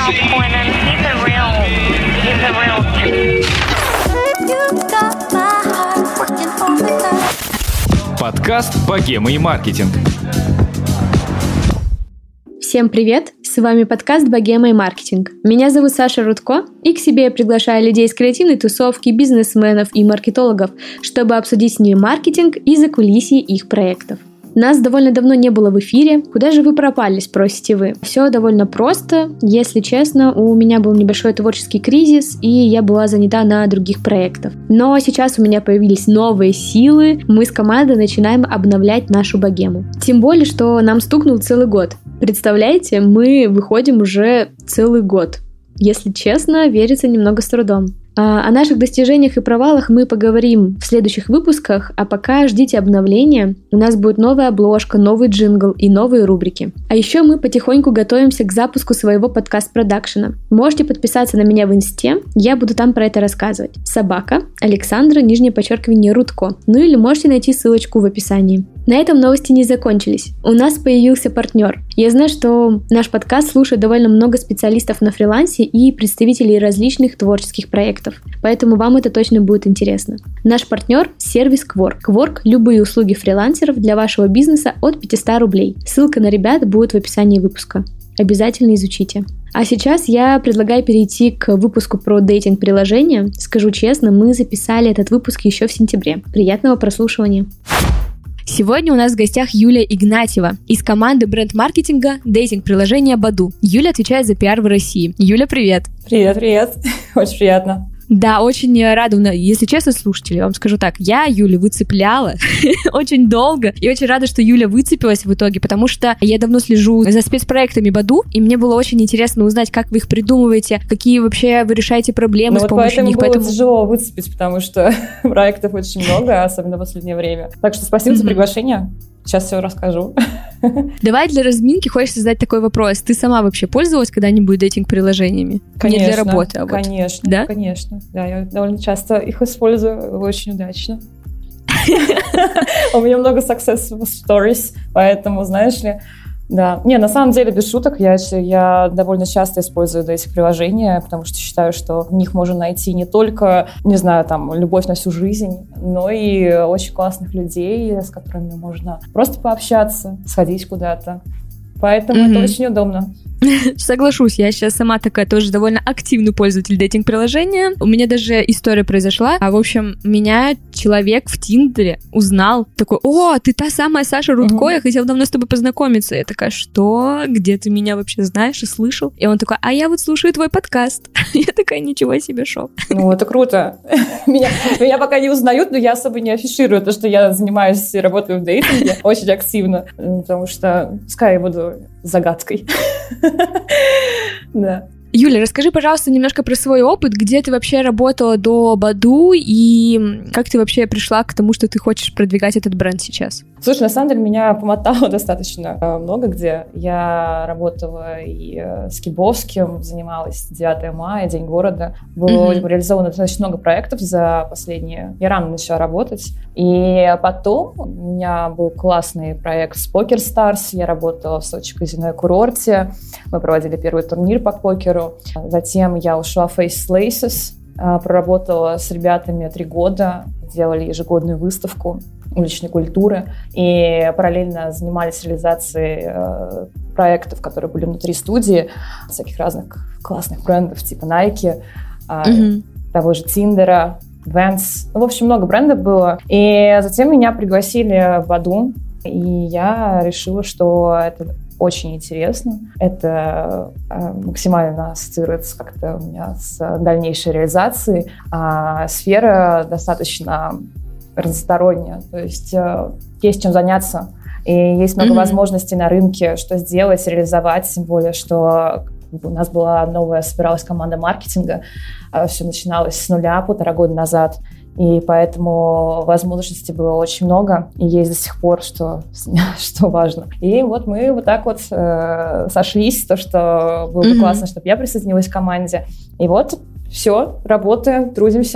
I'll spoil him. He's a real. Подкаст «Богема и маркетинг». Всем привет! С вами подкаст «Богема и маркетинг». Меня зовут Саша Рудко, и к себе я приглашаю людей из креативной тусовки, бизнесменов и маркетологов, чтобы обсудить с ними маркетинг и закулисье их проектов. Нас довольно давно не было в эфире. Куда же вы пропали, спросите вы? Все довольно просто. Если честно, у меня был небольшой творческий кризис, и я была занята на других проектах. Но сейчас у меня появились новые силы. Мы с командой начинаем обновлять нашу богему. Тем более, что нам стукнул целый год. Представляете, мы выходим уже целый год. Если честно, верится немного с трудом. О наших достижениях и провалах мы поговорим в следующих выпусках, а пока ждите обновления. У нас будет новая обложка, новый джингл и новые рубрики. А еще мы потихоньку готовимся к запуску своего подкаст-продакшена. Можете подписаться на меня в инсте, я буду там про это рассказывать. Собака, Александра, _, Рудко. Ну или можете найти ссылочку в описании. На этом новости не закончились. У нас появился партнер. Я знаю, что наш подкаст слушает довольно много специалистов на фрилансе и представителей различных творческих проектов. Поэтому вам это точно будет интересно. Наш партнер – сервис Quark. Quark – любые услуги фрилансеров для вашего бизнеса от 500 рублей. Ссылка на ребят будет в описании выпуска. Обязательно изучите. А сейчас я предлагаю перейти к выпуску про дейтинг-приложения. Скажу честно, мы записали этот выпуск еще в сентябре. Приятного прослушивания. Сегодня у нас в гостях Юлия Игнатьева из команды бренд-маркетинга дейтинг-приложения Badoo. Юля отвечает за пиар в России. Юля, привет! Привет! Очень приятно. Да, очень рада, если честно, слушатели, я вам скажу так, я Юлю выцепляла очень долго, и очень рада, что Юля выцепилась в итоге, потому что я давно слежу за спецпроектами Badoo, и мне было очень интересно узнать, как вы их придумываете, какие вообще вы решаете проблемы с помощью них. Поэтому было тяжело выцепить, потому что проектов очень много, особенно в последнее время. Так что спасибо за приглашение. Сейчас все расскажу. Давай для разминки хочется задать такой вопрос. Ты сама вообще пользовалась когда-нибудь дейтинг-приложениями? Конечно, не для работы, а вот. Конечно, да? Конечно. Да, я довольно часто их использую, очень удачно. У меня много successful stories, поэтому, знаешь ли, да. Не, на самом деле, без шуток, я довольно часто использую эти приложения, потому что считаю, что в них можно найти не только, не знаю, там, любовь на всю жизнь, но и очень классных людей, с которыми можно просто пообщаться, сходить куда-то. Поэтому это очень удобно. Соглашусь, я сейчас сама такая тоже довольно активный пользователь дейтинг-приложения. У меня даже история произошла. В общем, меня человек в Тиндере узнал. Такой: о, ты та самая Саша Рудко, я хотела давно с тобой познакомиться. Я такая: что? Где ты меня вообще знаешь и слышал? И он такой: а я вот слушаю твой подкаст. Я такая: ничего себе, шок. Ну, это круто. Меня пока не узнают, но я особо не афиширую то, что я занимаюсь и работаю в дейтинге очень активно, потому что пускай я буду загадкой. Да. Юля, расскажи, пожалуйста, немножко про свой опыт, где ты вообще работала до Badoo и как ты вообще пришла к тому, что ты хочешь продвигать этот бренд сейчас? Слушай, на самом деле меня помотало достаточно много где. Я работала и с Кибовским, занималась 9 мая, День города. Было реализовано достаточно много проектов за последние... Я рано начала работать. И потом у меня был классный проект с Poker Stars. Я работала в Сочи казино и курорте. Мы проводили первый турнир по покеру. Затем я ушла в Face Laces, проработала с ребятами 3 года, делали ежегодную выставку уличной культуры и параллельно занимались реализацией проектов, которые были внутри студии, всяких разных классных брендов типа Nike, того же Тиндера, Vans. В общем, много брендов было. И затем меня пригласили в Badoo, и я решила, что это очень интересно. Это максимально ассоциируется как-то у меня с дальнейшей реализацией. Сфера достаточно разносторонняя, то есть есть чем заняться, и есть много возможностей на рынке, что сделать, реализовать, тем более, что у нас была собиралась команда маркетинга, все начиналось с нуля 1,5 года назад, и поэтому возможностей было очень много, и есть до сих пор, что важно. И вот мы вот так вот сошлись, то, что было бы классно, чтобы я присоединилась к команде, и вот все, работаем, трудимся.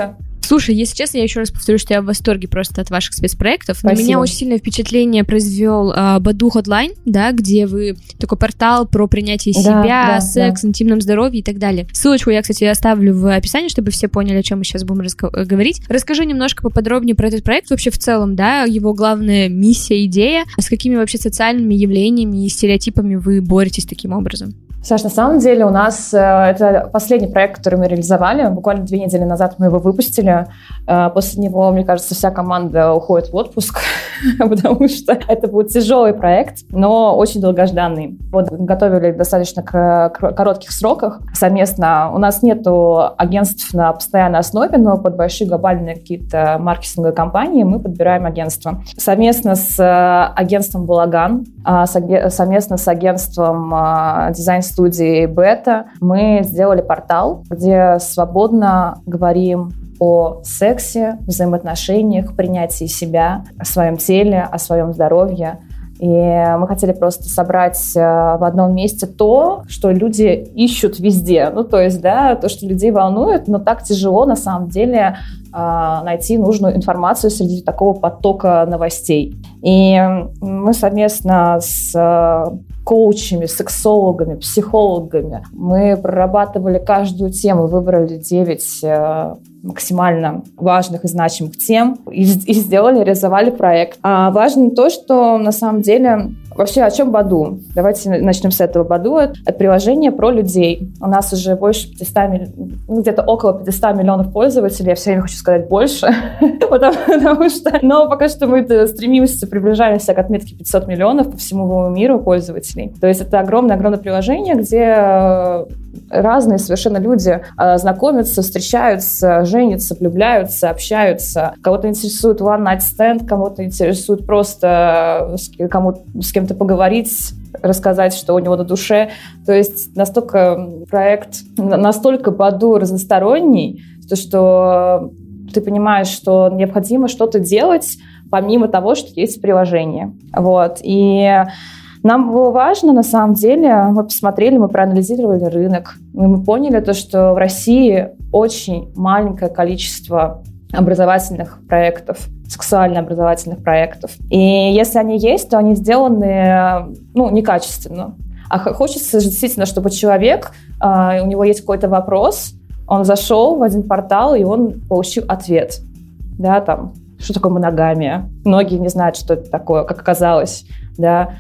Слушай, если честно, я еще раз повторю, что я в восторге просто от ваших спецпроектов. Спасибо. На меня очень сильное впечатление произвел Баду Hotline, да, где вы такой портал про принятие себя, секс, интимном здоровье и так далее. Ссылочку я, кстати, оставлю в описании, чтобы все поняли, о чем мы сейчас будем говорить. Расскажи немножко поподробнее про этот проект вообще в целом, да, его главная миссия, идея, с какими вообще социальными явлениями и стереотипами вы боретесь таким образом. Саш, на самом деле у нас это последний проект, который мы реализовали. Буквально 2 недели назад мы его выпустили. После него, мне кажется, вся команда уходит в отпуск, потому что это будет тяжелый проект, но очень долгожданный. Вот готовили достаточно коротких сроках совместно. У нас нету агентств на постоянной основе, но под большие глобальные какие-то маркетинговые компании мы подбираем агентство. Совместно с агентством «Балаган», совместно с агентством дизайн-студии «Бета» мы сделали портал, где свободно говорим о сексе, взаимоотношениях, принятии себя, о своем теле, о своем здоровье. И мы хотели просто собрать в одном месте то, что люди ищут везде. Ну, то есть, да, то, что людей волнует, но так тяжело, на самом деле, найти нужную информацию среди такого потока новостей. И мы совместно с коучами, сексологами, психологами мы прорабатывали каждую тему, выбрали 9 максимально важных и значимых тем и сделали, реализовали проект. А важно то, что на самом деле вообще о чем Баду? Давайте начнем с этого. Баду — это приложение про людей. У нас уже больше 500, где-то около 500 миллионов пользователей. Я все время хочу сказать больше, потому что, но пока что мы стремимся, приближаемся к отметке 500 миллионов по всему миру пользователей. То есть это огромное-огромное приложение, где разные совершенно люди знакомятся, встречаются, женятся, влюбляются, общаются. Кого-то интересует one night stand, кого-то интересует просто с кем-то поговорить, рассказать, что у него на душе. То есть настолько проект, настолько Баду разносторонний, что ты понимаешь, что необходимо что-то делать помимо того, что есть приложение. Вот. И нам было важно, на самом деле, мы посмотрели, мы проанализировали рынок, и мы поняли то, что в России очень маленькое количество образовательных проектов, сексуально-образовательных проектов. И если они есть, то они сделаны, некачественно. А хочется же действительно, чтобы человек, у него есть какой-то вопрос, он зашел в один портал, и он получил ответ. Да, там, что такое моногамия? Многие не знают, что это такое, как оказалось, да.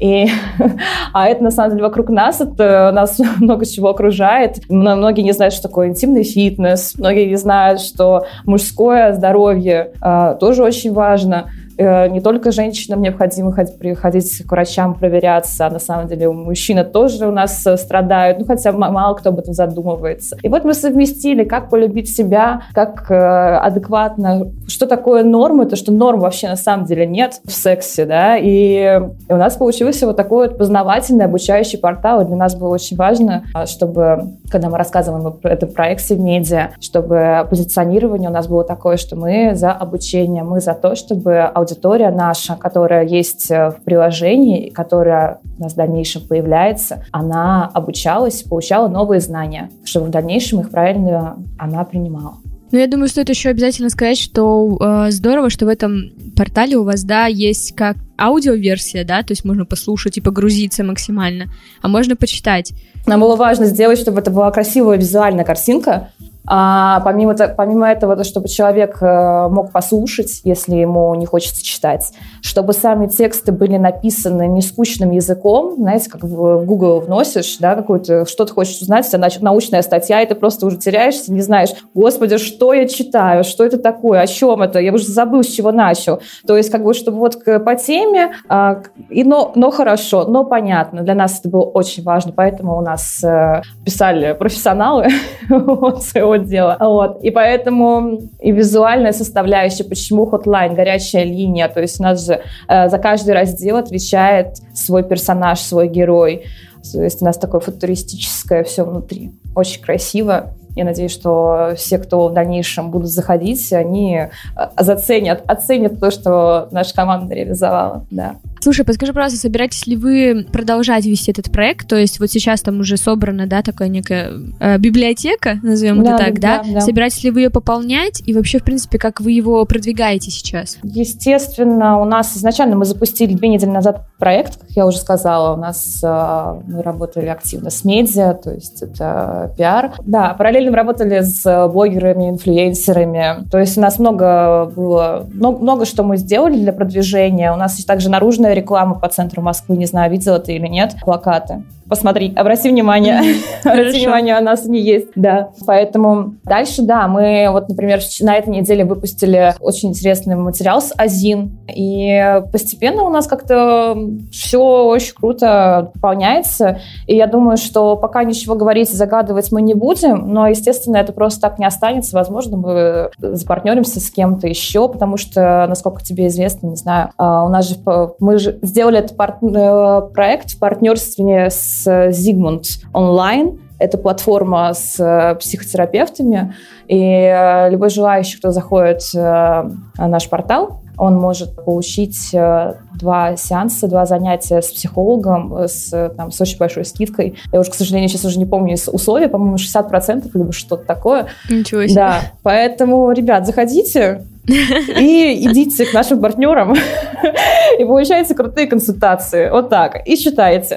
А это, на самом деле, вокруг нас, нас много чего окружает. Многие не знают, что такое интимный фитнес, многие не знают, что мужское здоровье тоже очень важно. Не только женщинам необходимо приходить к врачам, проверяться, а на самом деле мужчины тоже у нас страдают, хотя мало кто об этом задумывается. И вот мы совместили, как полюбить себя, как адекватно, что такое норма, то, что норм вообще на самом деле нет в сексе, да, и у нас получился вот такой вот познавательный, обучающий портал, и для нас было очень важно, чтобы, когда мы рассказываем про этот проект в медиа, чтобы позиционирование у нас было такое, что мы за обучение, мы за то, чтобы аудитория наша, которая есть в приложении, которая у нас в дальнейшем появляется, она обучалась, получала новые знания, чтобы в дальнейшем их правильно она принимала. Я думаю, стоит еще обязательно сказать, что здорово, что в этом портале у вас, да, есть как аудиоверсия, да, то есть можно послушать и погрузиться максимально, а можно почитать. Нам было важно сделать, чтобы это была красивая визуальная картинка, а помимо этого, чтобы человек мог послушать, если ему не хочется читать, чтобы сами тексты были написаны не скучным языком, знаете, как в Google вносишь, да, какую-то, что ты хочешь узнать, у тебя научная статья, и ты просто уже теряешься, не знаешь, господи, что я читаю, что это такое, о чем это, я уже забыл, с чего начал. То есть, чтобы вот по теме, но хорошо, но понятно. Для нас это было очень важно, поэтому у нас писали профессионалы своего дела. Вот. И поэтому и визуальная составляющая, почему Hotline, горячая линия, то есть у нас же за каждый раздел отвечает свой персонаж, свой герой. То есть у нас такое футуристическое все внутри. Очень красиво. Я надеюсь, что все, кто в дальнейшем будут заходить, они оценят то, что наша команда реализовала. Да. Слушай, подскажи, пожалуйста, собираетесь ли вы продолжать вести этот проект? То есть вот сейчас там уже собрана, да, такая некая библиотека, назовем это так, да? Собираетесь ли вы ее пополнять? И вообще, в принципе, как вы его продвигаете сейчас? Естественно, у нас изначально мы запустили 2 недели назад проект, как я уже сказала, у нас мы работали активно с медиа, то есть это пиар. Да, параллельно мы работали с блогерами, инфлюенсерами, то есть у нас много что мы сделали для продвижения. У нас есть также наружная реклама по центру Москвы, не знаю, видела ты или нет, плакаты. Посмотри, обрати внимание. Обрати внимание, у нас они есть, да. Поэтому дальше, да, мы вот, например, на этой неделе выпустили очень интересный материал с Озин, и постепенно у нас как-то все очень круто пополняется, и я думаю, что пока ничего говорить и загадывать мы не будем, но, естественно, это просто так не останется. Возможно, мы запартнеримся с кем-то еще, потому что, насколько тебе известно, не знаю, мы же сделали этот проект в партнерстве с Zigmund Online. Это платформа с психотерапевтами, и любой желающий, кто заходит на наш портал, он может получить 2 сеанса, 2 занятия с психологом с очень большой скидкой. Я уже, к сожалению, сейчас уже не помню условия, по-моему, 60% либо что-то такое. Ничего себе. Да, поэтому, ребят, заходите и идите к нашим партнерам и получайте крутые консультации. Вот так. И читайте.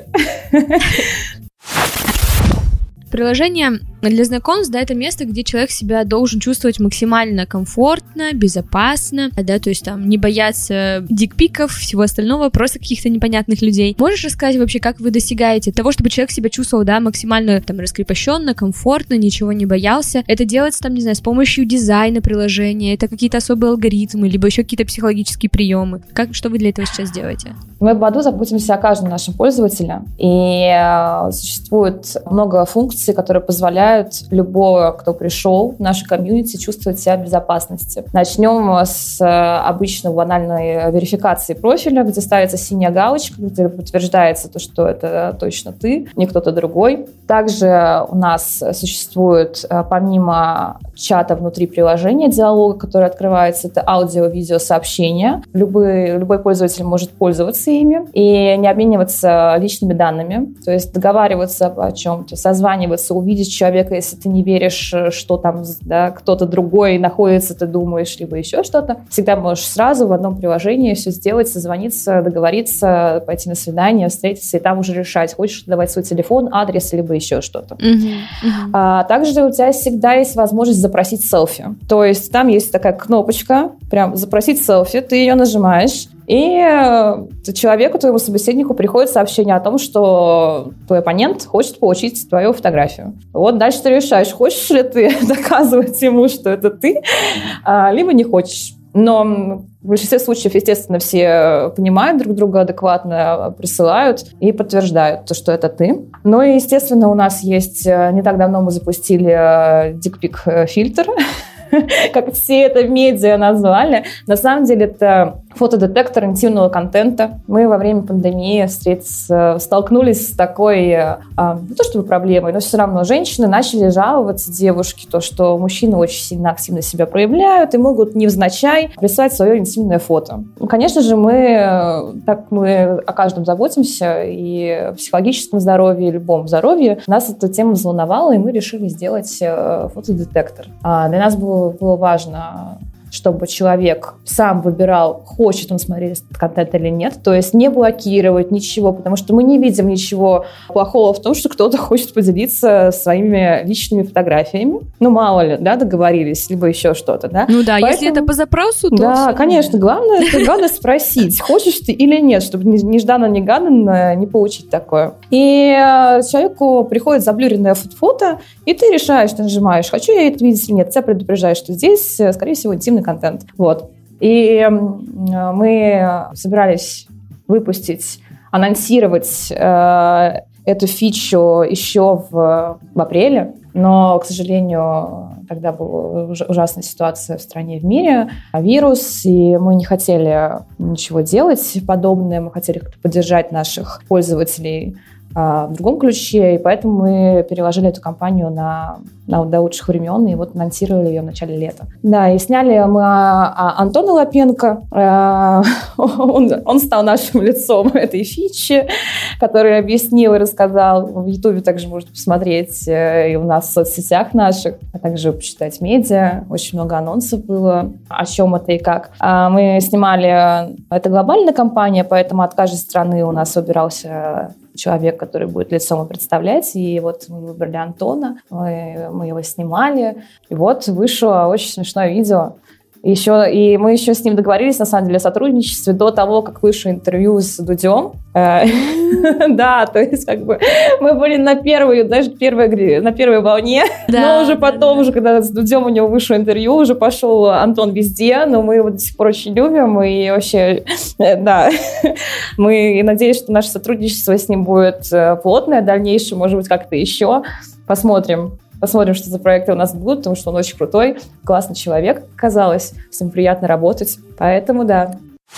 Приложение для знакомств, да, это место, где человек себя должен чувствовать максимально комфортно, безопасно, да, то есть там не бояться дикпиков, всего остального, просто каких-то непонятных людей. Можешь рассказать вообще, как вы достигаете того, чтобы человек себя чувствовал, да, максимально там раскрепощенно, комфортно, ничего не боялся? Это делается там, не знаю, с помощью дизайна приложения, это какие-то особые алгоритмы, либо еще какие-то психологические приемы. Что вы для этого сейчас делаете? Мы в Баду заботимся о каждом нашем пользователе, и существует много функций, которые позволяют любого, кто пришел в нашу комьюнити, чувствовать себя в безопасности. Начнем с обычной банальной верификации профиля, где ставится синяя галочка, где подтверждается то, что это точно ты, не кто-то другой. Также у нас существует, помимо чата внутри приложения, диалога, который открывается, это аудио-видео сообщения. Любой пользователь может пользоваться ими и не обмениваться личными данными, то есть договариваться о чем-то, созваниваться, увидеть человека, если ты не веришь, что там, да, кто-то другой находится, ты думаешь, либо еще что-то. Всегда можешь сразу в одном приложении все сделать, созвониться, договориться, пойти на свидание, встретиться и там уже решать, хочешь давать свой телефон, адрес, либо еще что-то. Также у тебя всегда есть возможность запросить селфи. То есть там есть такая кнопочка, прям запросить селфи, ты ее нажимаешь, и человеку, твоему собеседнику приходит сообщение о том, что твой оппонент хочет получить твою фотографию. Вот дальше ты решаешь, хочешь ли ты доказывать ему, что это ты, либо не хочешь. Но в большинстве случаев, естественно, все понимают друг друга адекватно, присылают и подтверждают, что это ты. Ну и, естественно, у нас есть, не так давно мы запустили дикпик-фильтр, как все это медиа назвали. На самом деле это фотодетектор интимного контента. Мы во время пандемии столкнулись с такой, не то чтобы проблемой, но все равно женщины начали жаловаться, девушки, то, что мужчины очень сильно активно себя проявляют и могут невзначай прислать свое интимное фото. Ну, конечно же, мы о каждом заботимся, и о психологическом здоровье, и любом здоровье. Нас эта тема взволновала, и мы решили сделать фотодетектор. Для нас было важно, чтобы человек сам выбирал, хочет он смотреть этот контент или нет, то есть не блокировать ничего, потому что мы не видим ничего плохого в том, что кто-то хочет поделиться своими личными фотографиями. Ну, мало ли, да, договорились, либо еще что-то, да. Ну да, поэтому, если это по запросу, то... Да, конечно, главное спросить, хочешь ты или нет, чтобы нежданно-негаданно не получить такое. И человеку приходит заблюренное фото, и ты решаешь, ты нажимаешь, хочу я это видеть или нет, тебя предупреждают, что здесь, скорее всего, интимный контент. Вот. И мы собирались анонсировать эту фичу еще в апреле, но, к сожалению, тогда была ужасная ситуация в стране и в мире, вирус, и мы не хотели ничего делать подобное, мы хотели как-то поддержать наших пользователей в другом ключе, и поэтому мы переложили эту кампанию на «До лучших времен», и вот анонсировали ее в начале лета. Да, и сняли мы Антона Лапенко. Он стал нашим лицом этой фичи, который объяснил и рассказал. В Ютубе также можно посмотреть, и у нас в соцсетях наших, а также почитать медиа. Очень много анонсов было, о чем это и как. Мы снимали... Это глобальная кампания, поэтому от каждой страны у нас выбирался человек, который будет лицом и представлять. И вот мы выбрали Антона, мы его снимали. И вот вышло очень смешное видео. И мы еще с ним договорились, на самом деле, о сотрудничестве до того, как вышло интервью с Дудем. Да, то есть как бы мы были на первой волне, но уже потом, уже когда с Дудем у него вышло интервью, уже пошел Антон везде, но мы его до сих пор очень любим, и вообще, да, мы надеемся, что наше сотрудничество с ним будет плотное, дальнейшее, может быть, как-то еще. Посмотрим, что за проекты у нас будут, потому что он очень крутой, классный человек, казалось, с ним приятно работать, поэтому да.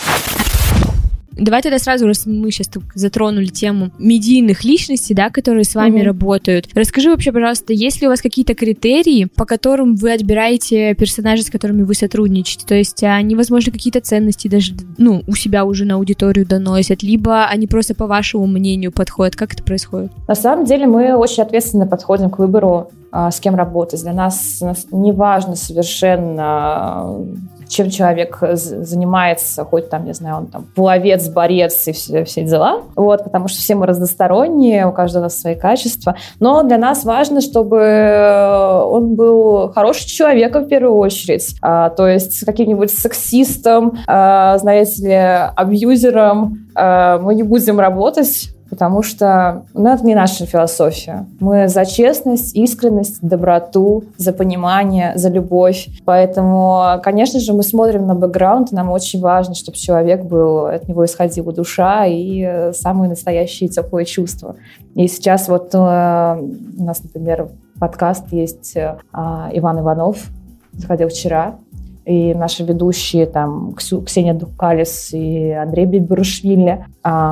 Давай тогда сразу, раз мы сейчас затронули тему медийных личностей, да, которые с вами работают. Расскажи вообще, пожалуйста, есть ли у вас какие-то критерии, по которым вы отбираете персонажей, с которыми вы сотрудничаете? То есть они, возможно, какие-то ценности даже, у себя уже на аудиторию доносят, либо они просто по вашему мнению подходят? Как это происходит? На самом деле мы очень ответственно подходим к выбору, с кем работать. Для нас не важно совершенно, чем человек занимается, хоть там, не знаю, он там пловец, борец и все дела, вот, потому что все мы разносторонние, у каждого свои качества, но для нас важно, чтобы он был хорошим человеком в первую очередь, то есть с каким-нибудь сексистом, знаете ли, абьюзером мы не будем работать, потому что это не наша философия. Мы за честность, искренность, доброту, за понимание, за любовь. Поэтому, конечно же, мы смотрим на бэкграунд, нам очень важно, чтобы человек был, от него исходила душа и самые настоящие теплые чувства. И сейчас вот у нас, например, подкаст есть Иван Иванов, заходил вчера, и наши ведущие, там, Ксения Дукалис и Андрей Биберушвили,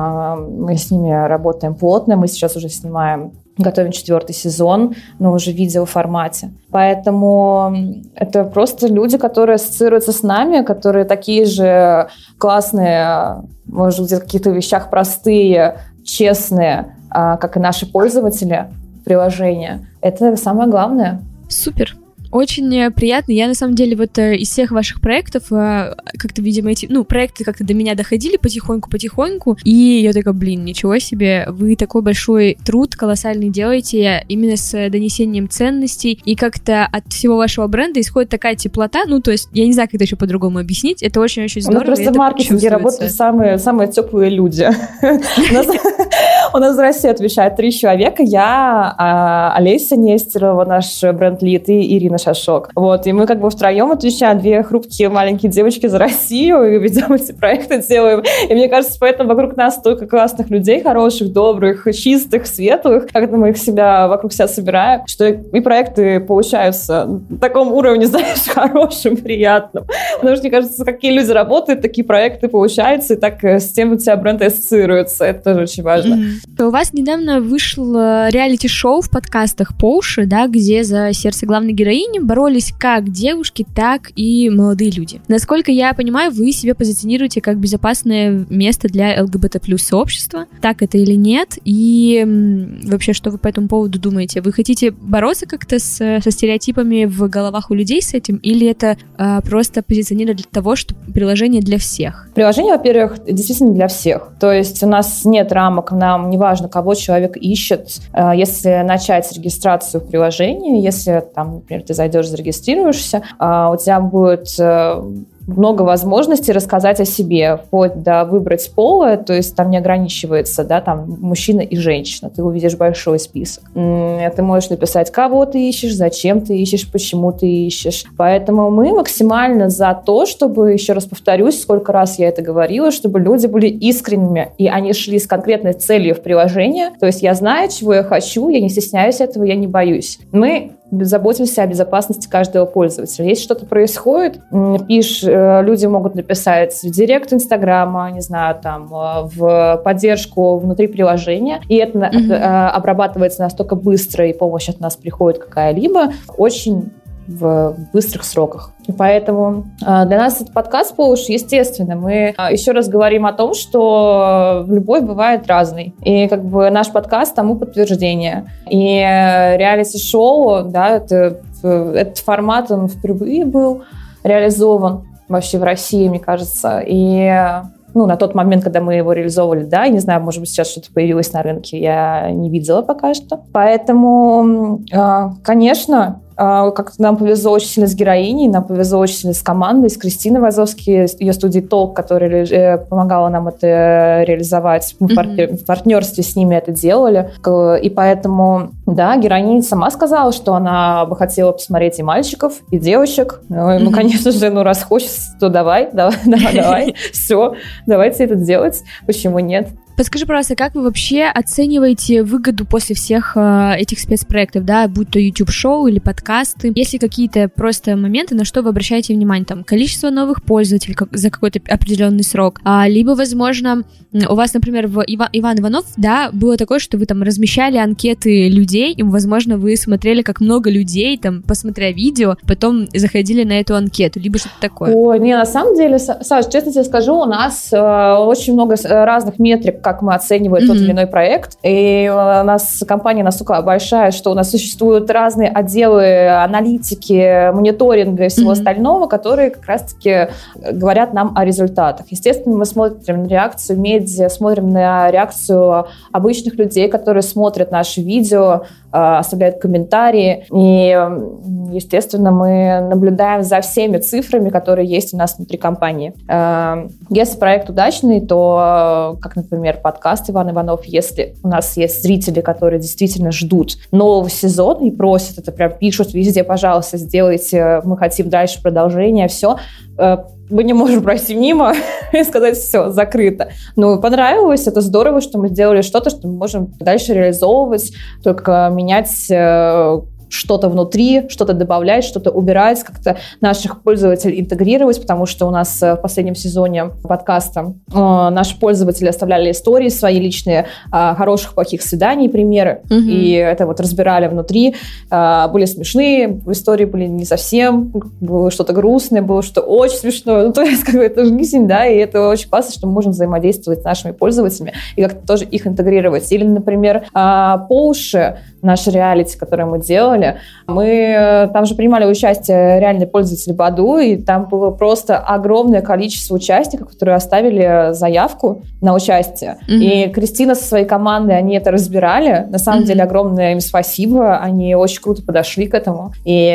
мы с ними работаем плотно, мы сейчас уже готовим 4-й сезон, но уже в видеоформате. Поэтому это просто люди, которые ассоциируются с нами, которые такие же классные, может быть, в каких-то вещах простые, честные, как и наши пользователи приложения. Это самое главное. Супер. Очень приятно. Я, на самом деле, вот из всех ваших проектов, как-то, видимо, эти, проекты как-то до меня доходили потихоньку, и я такая, ничего себе, вы такой большой труд колоссальный делаете именно с донесением ценностей, и как-то от всего вашего бренда исходит такая теплота, то есть, я не знаю, как это еще по-другому объяснить, это очень-очень здорово. Просто в маркетинге работают самые теплые люди. У нас в России отвечает 3 человека, я, Олеся Нестерова, наш бренд-лид, и Ирина Шашок. Вот, и мы как бы втроем отвечаем, 2 хрупкие маленькие девочки за Россию, и ведем эти проекты, делаем. И мне кажется, поэтому вокруг нас столько классных людей, хороших, добрых, чистых, светлых, как мы их вокруг себя собираем, что и проекты получаются на таком уровне, знаешь, хорошим, приятным. Потому что, мне кажется, какие люди работают, такие проекты получаются, и так с тем у тебя бренд ассоциируется. Это тоже очень важно. У вас недавно вышло реалити-шоу в подкастах по уши, да, где за сердце главной героини боролись как девушки, так и молодые люди. Насколько я понимаю, вы себя позиционируете как безопасное место для ЛГБТ+ сообщества. Так это или нет? И вообще, что вы по этому поводу думаете? Вы хотите бороться как-то со стереотипами в головах у людей с этим? Или это просто позиционировать для того, что приложение для всех? Приложение, во-первых, действительно для всех. То есть у нас нет рамок, нам не важно, кого человек ищет. Если начать регистрацию в приложении, если там, например, ты зайдешь, зарегистрируешься, у тебя будет много возможностей рассказать о себе, вплоть до выбрать пола, то есть там не ограничивается, да, там мужчина и женщина, ты увидишь большой список. Ты можешь написать, кого ты ищешь, зачем ты ищешь, почему ты ищешь. Поэтому мы максимально за то, чтобы, еще раз повторюсь, сколько раз я это говорила, чтобы люди были искренними, и они шли с конкретной целью в приложение, то есть я знаю, чего я хочу, я не стесняюсь этого, я не боюсь. Мы заботимся о безопасности каждого пользователя. Если что-то происходит, люди могут написать в директ Инстаграма, не знаю, там, в поддержку внутри приложения, и это обрабатывается настолько быстро, и помощь от нас приходит какая-либо, очень в быстрых сроках. И поэтому для нас этот подкаст «Полуш», естественно, мы еще раз говорим о том, что любовь бывает разной. И как бы наш подкаст тому подтверждение. И реалити-шоу, да, этот формат, он впервые был реализован вообще в России, мне кажется. И на тот момент, когда мы его реализовывали, да, я не знаю, может быть, сейчас что-то появилось на рынке, я не видела пока что. Поэтому, конечно, как-то нам повезло очень сильно с героиней, нам повезло очень сильно с командой, с Кристиной Вазовски, ее студией «Толк», которая помогала нам это реализовать. Мы в партнерстве с ними это делали. И поэтому, да, героиня сама сказала, что она бы хотела посмотреть и мальчиков, и девочек. Ну, конечно же, раз хочется, то давай, все, давайте это делать. Почему нет? Подскажи, пожалуйста, как вы вообще оцениваете выгоду после всех этих спецпроектов, да, будь то YouTube-шоу или подкасты? Есть ли какие-то просто моменты, на что вы обращаете внимание? Там, количество новых пользователей за какой-то определенный срок? Либо, возможно, у вас, например, в Иван Иванов, да, было такое, что вы там размещали анкеты людей, и, возможно, вы смотрели, как много людей, там, посмотря видео, потом заходили на эту анкету, либо что-то такое. Ой, на самом деле, Саш, честно тебе скажу, у нас очень много разных метрик, как мы оцениваем тот или иной проект. И у нас компания настолько большая, что у нас существуют разные отделы аналитики, мониторинга и всего остального, которые как раз-таки говорят нам о результатах. Естественно, мы смотрим на реакцию медиа, смотрим на реакцию обычных людей, которые смотрят наши видео, оставляют комментарии. И, естественно, мы наблюдаем за всеми цифрами, которые есть у нас внутри компании. Если проект удачный, то, как, например, подкаст «Иван Иванов», если у нас есть зрители, которые действительно ждут нового сезона и просят это, прям пишут везде: пожалуйста, сделайте, мы хотим дальше продолжение, все, мы не можем пройти мимо и сказать: все, закрыто. Но понравилось, это здорово, что мы сделали что-то, что мы можем дальше реализовывать, только менять что-то внутри, что-то добавлять, что-то убирать, как-то наших пользователей интегрировать, потому что у нас в последнем сезоне подкаста наши пользователи оставляли истории свои личные, хороших, плохих свиданий, примеры, и это вот разбирали внутри. Были смешные истории, были не совсем, было что-то грустное, было что-то очень смешное. Ну, то есть, как бы, это жизнь, да, и это очень классно, что мы можем взаимодействовать с нашими пользователями и как-то тоже их интегрировать. Или, например, по уши, наше реалити, которое мы делали, мы там же принимали участие реальные пользователи Баду, и там было просто огромное количество участников, которые оставили заявку на участие. И Кристина со своей командой, они это разбирали. На самом деле, огромное им спасибо. Они очень круто подошли к этому. И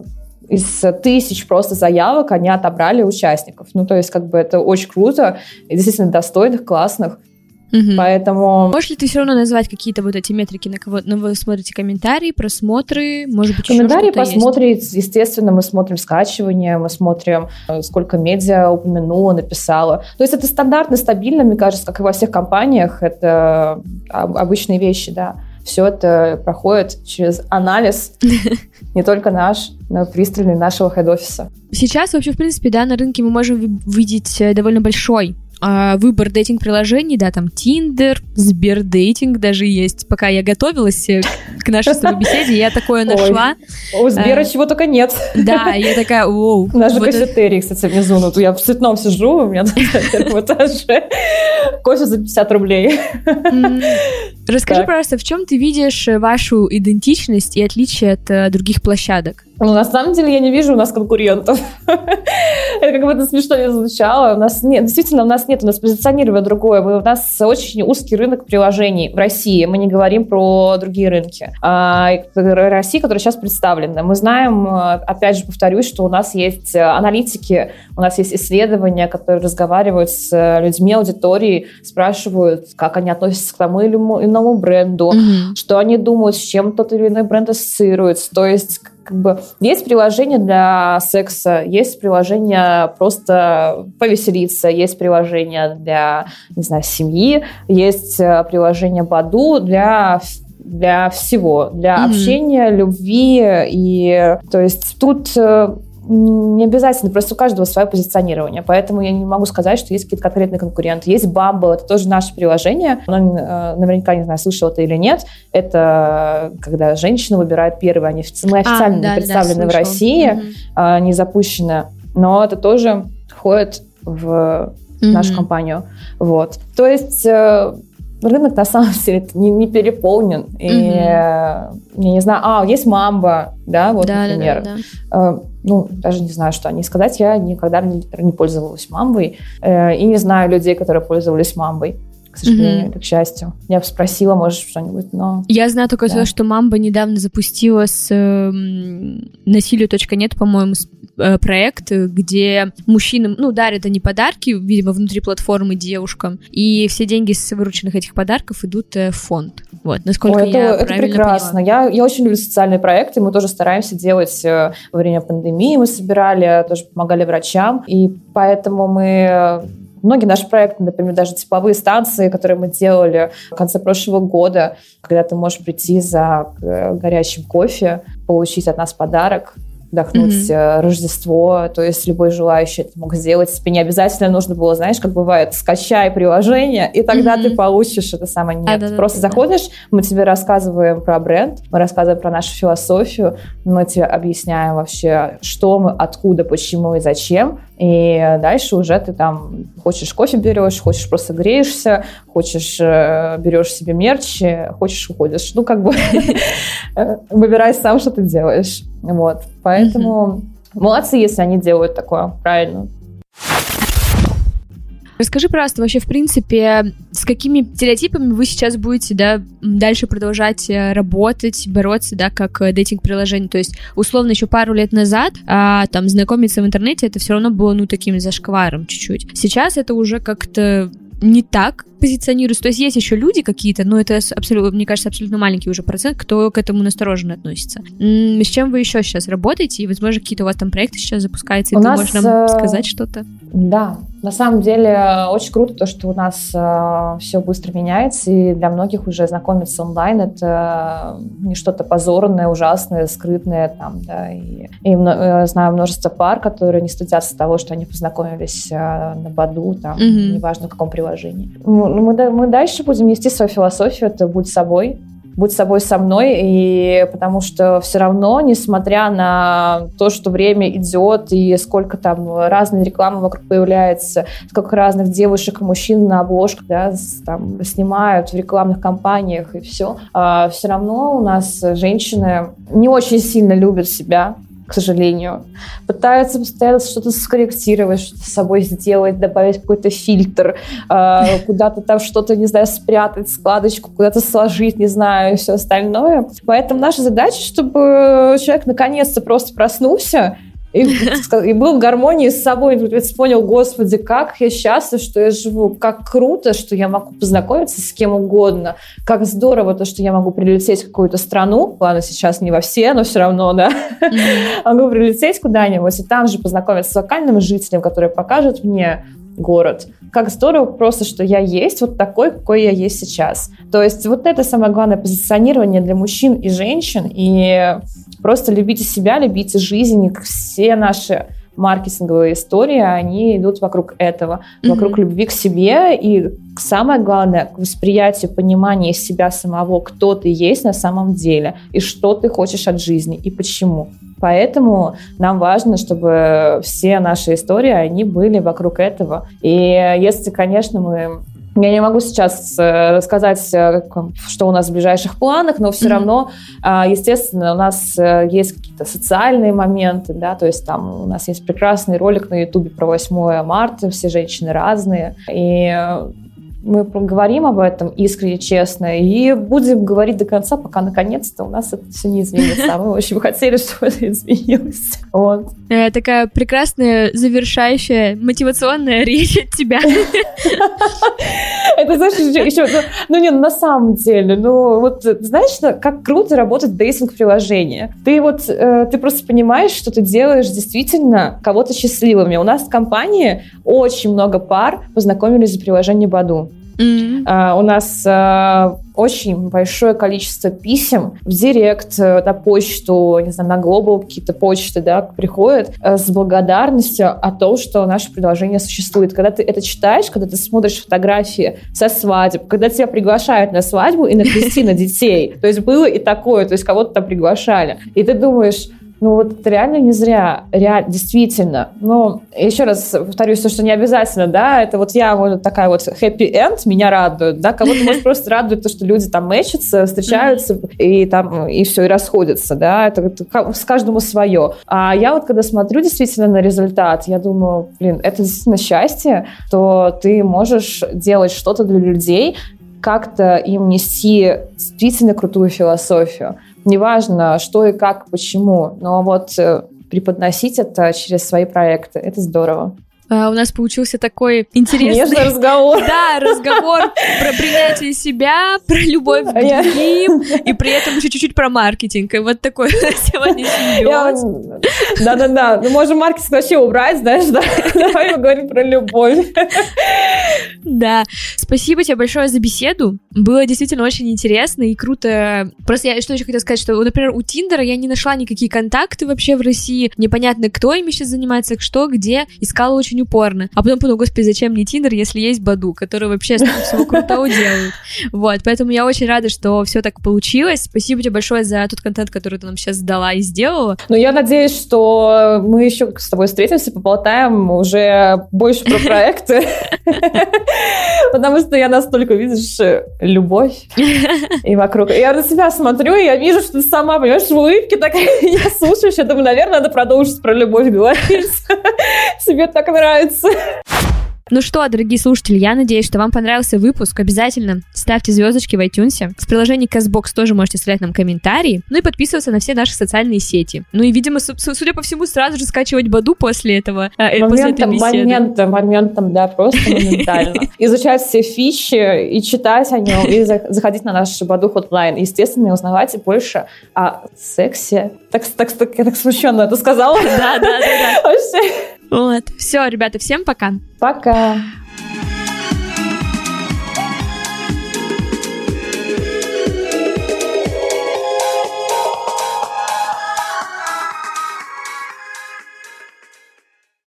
из 1000 просто заявок они отобрали участников. Ну, то есть, как бы, это очень круто. И действительно достойных, классных. Поэтому... Можешь ли ты все равно назвать какие-то вот эти метрики, на кого вы смотрите комментарии, просмотры, может быть, комментарии, еще что-то просмотры, естественно, мы смотрим скачивания, мы смотрим, сколько медиа упомянуло, написало. То есть это стандартно, стабильно, мне кажется, как и во всех компаниях, это обычные вещи, да. Все это проходит через анализ, не только наш, но и пристальный нашего хед-офиса. Сейчас вообще, в принципе, да, на рынке мы можем видеть довольно большой выбор дейтинг-приложений, да, там Tinder, Сбердейтинг даже есть. Пока я готовилась к нашей с тобой беседе, я такое нашла. У Сбера чего только нет. Да, я такая: воу. Наш же кафетерий, кстати, внизу. Ну, я в цветном сижу, у меня на первом этаже кофе за 50 рублей. Расскажи, пожалуйста, в чем ты видишь вашу идентичность и отличие от других площадок? Ну, на самом деле, я не вижу у нас конкурентов. Это как бы это смешно не звучало. У нас нет, действительно, у нас позиционирование другое. У нас очень узкий рынок приложений в России. Мы не говорим про другие рынки. Россия, которая сейчас представлена. Мы знаем, опять же, повторюсь, что у нас есть аналитики, у нас есть исследования, которые разговаривают с людьми, аудиторией, спрашивают, как они относятся к тому или иному бренду, что они думают, с чем тот или иной бренд ассоциируется. То есть, как бы, есть приложение для секса, есть приложение просто повеселиться, есть приложение для, не знаю, семьи, есть приложение Баду для для всего, для общения, любви. И то есть тут не обязательно, просто у каждого свое позиционирование. Поэтому я не могу сказать, что есть какие-то конкретные конкуренты. Есть Bumble, это тоже наше приложение. Наверняка, не знаю, слышал это или нет. Это когда женщина выбирает первой. Мы официально не представлены в России, не запущены. Но это тоже входит в нашу компанию. Вот. То есть рынок на самом деле не переполнен. И я не знаю, есть Мамба, да, вот, например. Даже не знаю, что о ней сказать. Я никогда не пользовалась Мамбой. И не знаю людей, которые пользовались Мамбой. К сожалению, или к счастью. Я бы спросила, может, что-нибудь, но... Я знаю только то, что Мамба недавно запустила с насилию.нет, по-моему, проект, где мужчинам, дарят они подарки, видимо, внутри платформы девушкам, и все деньги с вырученных этих подарков идут в фонд. Вот, насколько я правильно поняла. Это прекрасно. Я очень люблю социальные проекты, мы тоже стараемся делать во время пандемии, мы собирали, тоже помогали врачам, и поэтому многие наши проекты, например, даже тепловые станции, которые мы делали в конце прошлого года, когда ты можешь прийти за горячим кофе, получить от нас подарок, вдохнуть Рождество, то есть любой желающий это мог сделать. Тебе не обязательно нужно было, знаешь, как бывает, скачай приложение, и тогда ты получишь это самое. Нет, просто заходишь, мы тебе рассказываем про бренд, мы рассказываем про нашу философию, мы тебе объясняем вообще, что мы, откуда, почему и зачем, и дальше уже ты там хочешь кофе берешь, хочешь просто греешься, хочешь берешь себе мерч, хочешь уходишь. Выбирай сам, что ты делаешь. Вот. Поэтому молодцы, если они делают такое правильно. Расскажи, пожалуйста, вообще, в принципе, с какими стереотипами вы сейчас будете, дальше продолжать работать, бороться, как дейтинг-приложение? То есть, условно, еще пару лет назад знакомиться в интернете, это все равно было, таким зашкваром чуть-чуть. Сейчас это уже как-то не так позиционируется. То есть еще люди какие-то, но это, мне кажется, абсолютно маленький уже процент, кто к этому настороженно относится. С чем вы еще сейчас работаете? И, возможно, какие-то у вас там проекты сейчас запускаются, и ты можешь нам сказать что-то? Да, на самом деле очень круто то, что у нас все быстро меняется, и для многих уже знакомиться онлайн — это не что-то позорное, ужасное, скрытное. И знаю множество пар, которые не стыдятся того, что они познакомились на Баду, неважно в каком приложении. Мы дальше будем нести свою философию, это будь собой со мной, и потому что все равно, несмотря на то, что время идет, и сколько там разной рекламы вокруг появляется, сколько разных девушек и мужчин на обложках снимают в рекламных кампаниях и все равно у нас женщины не очень сильно любят себя, к сожалению. Пытаются постоянно что-то скорректировать, что-то с собой сделать, добавить какой-то фильтр, куда-то там что-то, не знаю, спрятать, складочку, куда-то сложить, не знаю, и все остальное. Поэтому наша задача, чтобы человек наконец-то просто проснулся и был в гармонии с собой, и понял: Господи, как я счастлив, что я живу, как круто, что я могу познакомиться с кем угодно, как здорово то, что я могу прилететь в какую-то страну, ладно, сейчас не во все, но все равно, могу прилететь куда-нибудь и там же познакомиться с локальным жителем, который покажет мне город. Как здорово просто, что я есть вот такой, какой я есть сейчас. То есть вот это самое главное позиционирование для мужчин и женщин. И просто любите себя, любите жизнь. И все наши маркетинговые истории, они идут вокруг этого, вокруг любви к себе. И самое главное, к восприятию, пониманию себя самого, кто ты есть на самом деле, и что ты хочешь от жизни, и почему. Поэтому нам важно, чтобы все наши истории, они были вокруг этого. И если, конечно, я не могу сейчас рассказать, что у нас в ближайших планах, но все равно, естественно, у нас есть какие-то социальные моменты, то есть там у нас есть прекрасный ролик на Ютубе про 8 марта, все женщины разные, и мы говорим об этом искренне, честно, и будем говорить до конца, пока наконец-то у нас это все не изменится. А мы очень хотели, чтобы это изменилось. Вот. Такая прекрасная, завершающая, мотивационная речь от тебя. Это, знаешь, еще, на самом деле, знаешь, как круто работать в дейтинг-приложении. Ты просто понимаешь, что ты делаешь действительно кого-то счастливыми. У нас в компании очень много пар познакомились в приложении Баду. У нас очень большое количество писем в директ, на почту, не знаю, на Global какие-то почты, да, приходят с благодарностью о том, что наше предложение существует. Когда ты это читаешь, когда ты смотришь фотографии со свадеб, когда тебя приглашают на свадьбу и на крестины детей, то есть было и такое, то есть кого-то там приглашали, и ты думаешь, ну вот это реально не зря, действительно. Но еще раз повторюсь, что не обязательно, да, это вот я вот такая вот happy end, меня радует, да, кого-то может просто радует то, что люди там мэчатся, встречаются и там, и все, и расходятся, да, это с каждому свое. А я вот когда смотрю действительно на результат, я думаю, это действительно счастье, что ты можешь делать что-то для людей, как-то им нести действительно крутую философию. Неважно, что и как, почему, но вот преподносить это через свои проекты, это здорово. У нас получился такой интересный... Нежный разговор. Да, разговор про принятие себя, про любовь к другим, и при этом еще чуть-чуть про маркетинг. И вот такой сегодня симбиоз. Да-да-да, мы можем маркетинг вообще убрать, знаешь, да? Давай поговорим про любовь. Да, спасибо тебе большое за беседу. Было действительно очень интересно и круто. Просто я что еще хотела сказать, что, например, у Тиндера я не нашла никакие контакты вообще в России. Непонятно, кто ими сейчас занимается, что, где. Искала очень упорно. А потом подумала, господи, зачем мне Тиндер, если есть Баду, который вообще столько всего крутого делает. Вот, поэтому я очень рада, что все так получилось. Спасибо тебе большое за тот контент, который ты нам сейчас дала и сделала. Ну, я надеюсь, что мы еще с тобой встретимся, поболтаем уже больше про проекты. Потому что я настолько, видишь, любовь и вокруг. Я на себя смотрю, и я вижу, что ты сама, понимаешь, в улыбке такая, я слушаю, я думаю, наверное, надо продолжить про любовь говорить. Тебе так нравится. Ну что, дорогие слушатели, я надеюсь, что вам понравился выпуск. Обязательно ставьте звездочки в iTunes. В приложении CastBox тоже можете оставлять нам комментарии. Ну и подписываться на все наши социальные сети. Ну и, видимо, судя по всему, сразу же скачивать Баду после этого, после этой беседы. Моментом, да, просто моментально. Изучать все фичи и читать о нем, и заходить на наш Баду хотлайн. Естественно, узнавать больше о сексе. Я так смущенно это сказала. Да. Вообще. Вот. Все, ребята, всем пока. Пока.